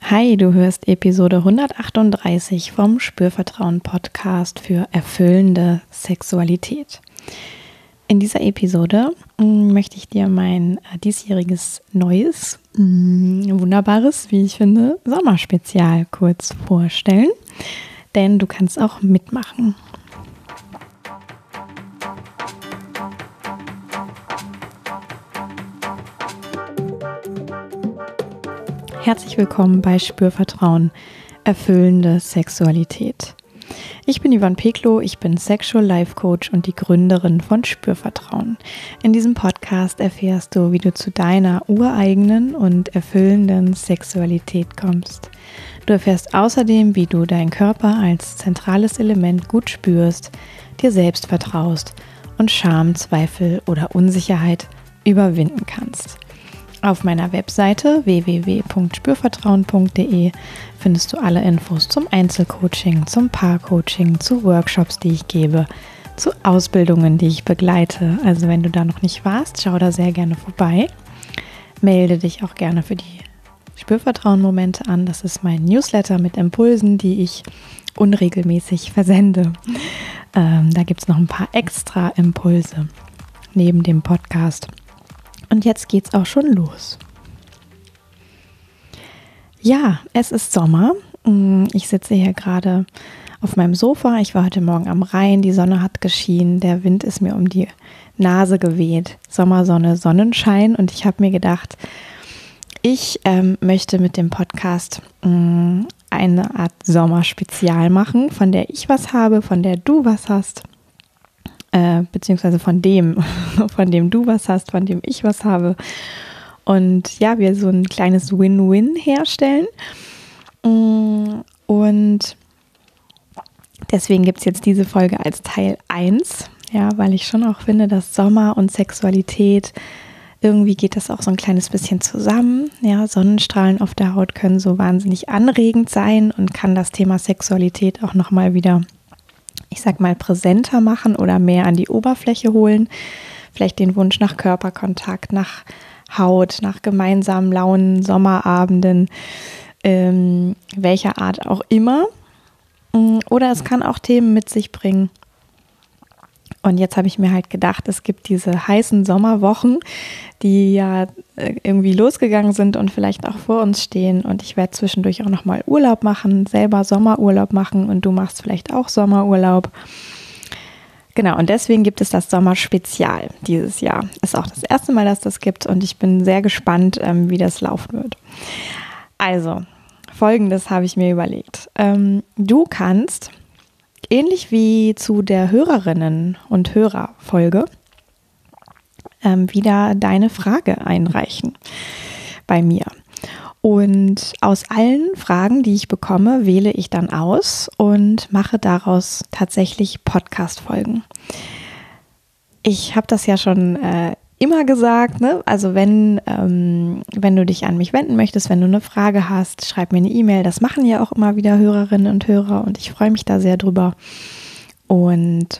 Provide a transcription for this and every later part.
Hi, du hörst Episode 138 vom Spürvertrauen-Podcast für erfüllende Sexualität. In dieser Episode möchte ich dir mein diesjähriges neues, wunderbares, wie ich finde, Sommerspezial kurz vorstellen, denn du kannst auch mitmachen. Herzlich willkommen bei Spürvertrauen, erfüllende Sexualität. Ich bin Yvonne Peklo, ich bin Sexual Life Coach und die Gründerin von Spürvertrauen. In diesem Podcast erfährst du, wie du zu deiner ureigenen und erfüllenden Sexualität kommst. Du erfährst außerdem, wie du deinen Körper als zentrales Element gut spürst, dir selbst vertraust und Scham, Zweifel oder Unsicherheit überwinden kannst. Auf meiner Webseite www.spürvertrauen.de findest du alle Infos zum Einzelcoaching, zum Paarcoaching, zu Workshops, die ich gebe, zu Ausbildungen, die ich begleite. Also wenn du da noch nicht warst, schau da sehr gerne vorbei. Melde dich auch gerne für die Spürvertrauen-Momente an. Das ist mein Newsletter mit Impulsen, die ich unregelmäßig versende. Da gibt es noch ein paar extra Impulse neben dem Podcast. Und jetzt geht's auch schon los. Ja, es ist Sommer. Ich sitze hier gerade auf meinem Sofa. Ich war heute Morgen am Rhein. Die Sonne hat geschienen. Der Wind ist mir um die Nase geweht. Sommersonne, Sonnenschein. Und ich habe mir gedacht, ich möchte mit dem Podcast eine Art Sommerspezial machen, von der ich was habe, von der du was hast. Beziehungsweise von dem du was hast, von dem ich was habe. Und ja, wir so ein kleines Win-Win herstellen. Und deswegen gibt es jetzt diese Folge als Teil 1, ja, weil ich schon auch finde, dass Sommer und Sexualität, irgendwie geht das auch so ein kleines bisschen zusammen. Ja, Sonnenstrahlen auf der Haut können so wahnsinnig anregend sein und kann das Thema Sexualität auch nochmal wieder, ich sag mal, präsenter machen oder mehr an die Oberfläche holen. Vielleicht den Wunsch nach Körperkontakt, nach Haut, nach gemeinsamen lauen Sommerabenden, welcher Art auch immer. Oder es kann auch Themen mit sich bringen. Und jetzt habe ich mir halt gedacht, es gibt diese heißen Sommerwochen, die ja irgendwie losgegangen sind und vielleicht auch vor uns stehen. Und ich werde zwischendurch auch nochmal Urlaub machen, selber Sommerurlaub machen und du machst vielleicht auch Sommerurlaub. Genau, und deswegen gibt es das Sommerspezial dieses Jahr. Ist auch das erste Mal, dass das gibt und ich bin sehr gespannt, wie das laufen wird. Also, Folgendes habe ich mir überlegt. Du kannst, ähnlich wie zu der Hörerinnen- und Hörerfolge, wieder deine Frage einreichen bei mir. Und aus allen Fragen, die ich bekomme, wähle ich dann aus und mache daraus tatsächlich Podcast-Folgen. Ich habe das ja schon immer gesagt, ne? Also wenn du dich an mich wenden möchtest, wenn du eine Frage hast, schreib mir eine E-Mail. Das machen ja auch immer wieder Hörerinnen und Hörer und ich freue mich da sehr drüber. Und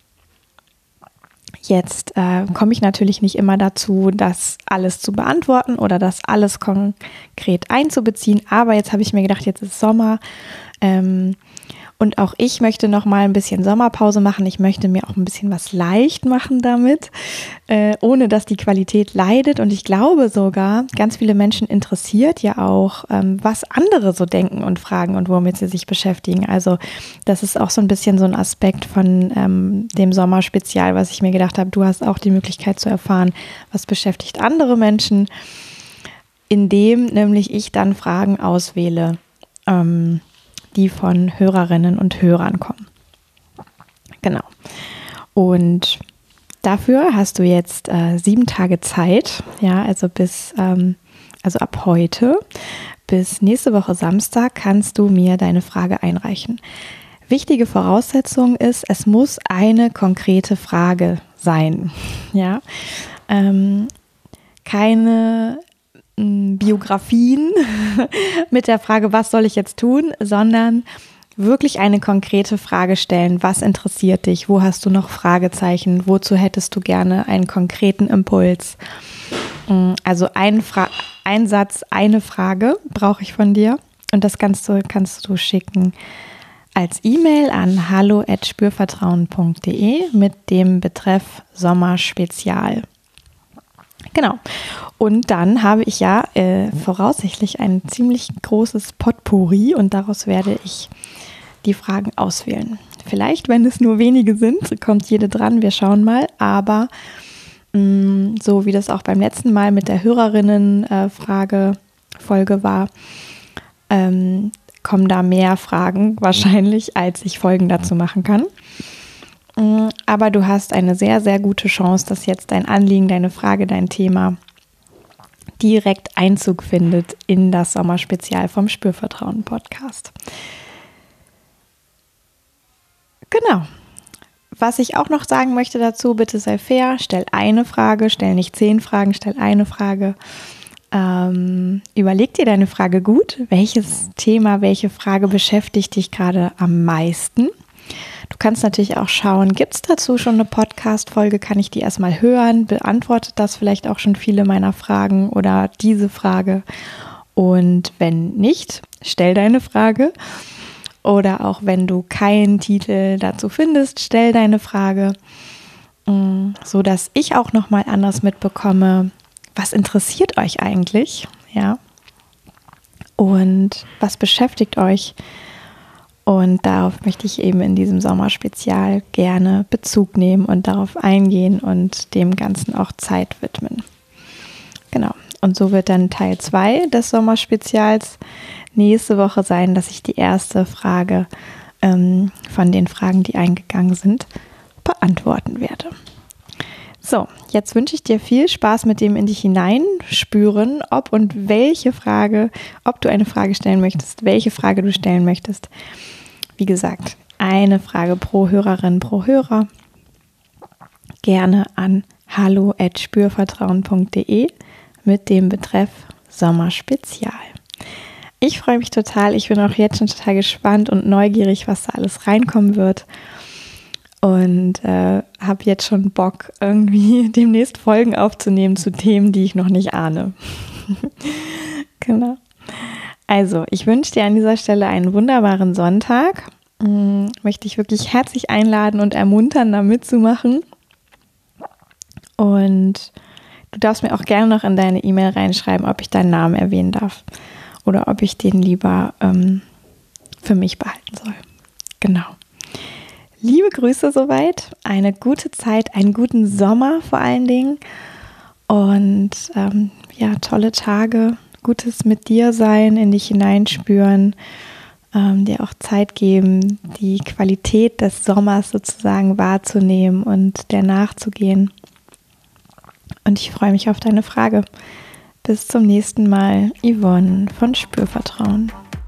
jetzt komme ich natürlich nicht immer dazu, das alles zu beantworten oder das alles konkret einzubeziehen. Aber jetzt habe ich mir gedacht, jetzt ist Sommer und auch ich möchte noch mal ein bisschen Sommerpause machen. Ich möchte mir auch ein bisschen was leicht machen damit, ohne dass die Qualität leidet. Und ich glaube sogar, ganz viele Menschen interessiert ja auch, was andere so denken und fragen und womit sie sich beschäftigen. Also das ist auch so ein bisschen so ein Aspekt von dem Sommerspezial, was ich mir gedacht habe. Du hast auch die Möglichkeit zu erfahren, was beschäftigt andere Menschen, indem nämlich ich dann Fragen auswähle, die von Hörerinnen und Hörern kommen. Genau. Und dafür hast du jetzt 7 Tage Zeit, ja, also also ab heute bis nächste Woche Samstag kannst du mir deine Frage einreichen. Wichtige Voraussetzung ist, es muss eine konkrete Frage sein, ja, keine Biografien mit der Frage, was soll ich jetzt tun, sondern wirklich eine konkrete Frage stellen. Was interessiert dich? Wo hast du noch Fragezeichen? Wozu hättest du gerne einen konkreten Impuls? Also ein Satz, eine Frage brauche ich von dir. Und das kannst du schicken als E-Mail an hallo@spürvertrauen.de mit dem Betreff Sommerspezial. Genau. Und dann habe ich ja voraussichtlich ein ziemlich großes Potpourri und daraus werde ich die Fragen auswählen. Vielleicht, wenn es nur wenige sind, kommt jede dran, wir schauen mal. Aber so wie das auch beim letzten Mal mit der Hörerinnen-Folge war, kommen da mehr Fragen wahrscheinlich, als ich Folgen dazu machen kann. Aber du hast eine sehr, sehr gute Chance, dass jetzt dein Anliegen, deine Frage, dein Thema direkt Einzug findet in das Sommerspezial vom Spürvertrauen-Podcast. Genau. Was ich auch noch sagen möchte dazu, bitte sei fair, stell eine Frage, stell nicht 10 Fragen, stell eine Frage. Überleg dir deine Frage gut. Welches Thema, welche Frage beschäftigt dich gerade am meisten? Du kannst natürlich auch schauen, gibt es dazu schon eine Podcast-Folge? Kann ich die erstmal hören? Beantwortet das vielleicht auch schon viele meiner Fragen oder diese Frage? Und wenn nicht, stell deine Frage. Oder auch wenn du keinen Titel dazu findest, stell deine Frage, sodass ich auch nochmal anders mitbekomme, was interessiert euch eigentlich, ja? Und was beschäftigt euch? Und darauf möchte ich eben in diesem Sommerspezial gerne Bezug nehmen und darauf eingehen und dem Ganzen auch Zeit widmen. Genau. Und so wird dann Teil 2 des Sommerspezials nächste Woche sein, dass ich die erste Frage von den Fragen, die eingegangen sind, beantworten werde. So, jetzt wünsche ich dir viel Spaß mit dem in dich hineinspüren, ob und welche Frage, ob du eine Frage stellen möchtest, welche Frage du stellen möchtest. Wie gesagt, eine Frage pro Hörerin, pro Hörer. Gerne an hallo@spürvertrauen.de mit dem Betreff Sommerspezial. Ich freue mich total. Ich bin auch jetzt schon total gespannt und neugierig, was da alles reinkommen wird. Und habe jetzt schon Bock, irgendwie demnächst Folgen aufzunehmen zu Themen, die ich noch nicht ahne. Genau. Also, ich wünsche dir an dieser Stelle einen wunderbaren Sonntag. Möchte ich wirklich herzlich einladen und ermuntern, da mitzumachen. Und du darfst mir auch gerne noch in deine E-Mail reinschreiben, ob ich deinen Namen erwähnen darf oder ob ich den lieber für mich behalten soll. Genau. Liebe Grüße soweit, eine gute Zeit, einen guten Sommer vor allen Dingen und tolle Tage, gutes mit dir sein, in dich hineinspüren, dir auch Zeit geben, die Qualität des Sommers sozusagen wahrzunehmen und der nachzugehen. Und ich freue mich auf deine Frage. Bis zum nächsten Mal, Yvonne von Spürvertrauen.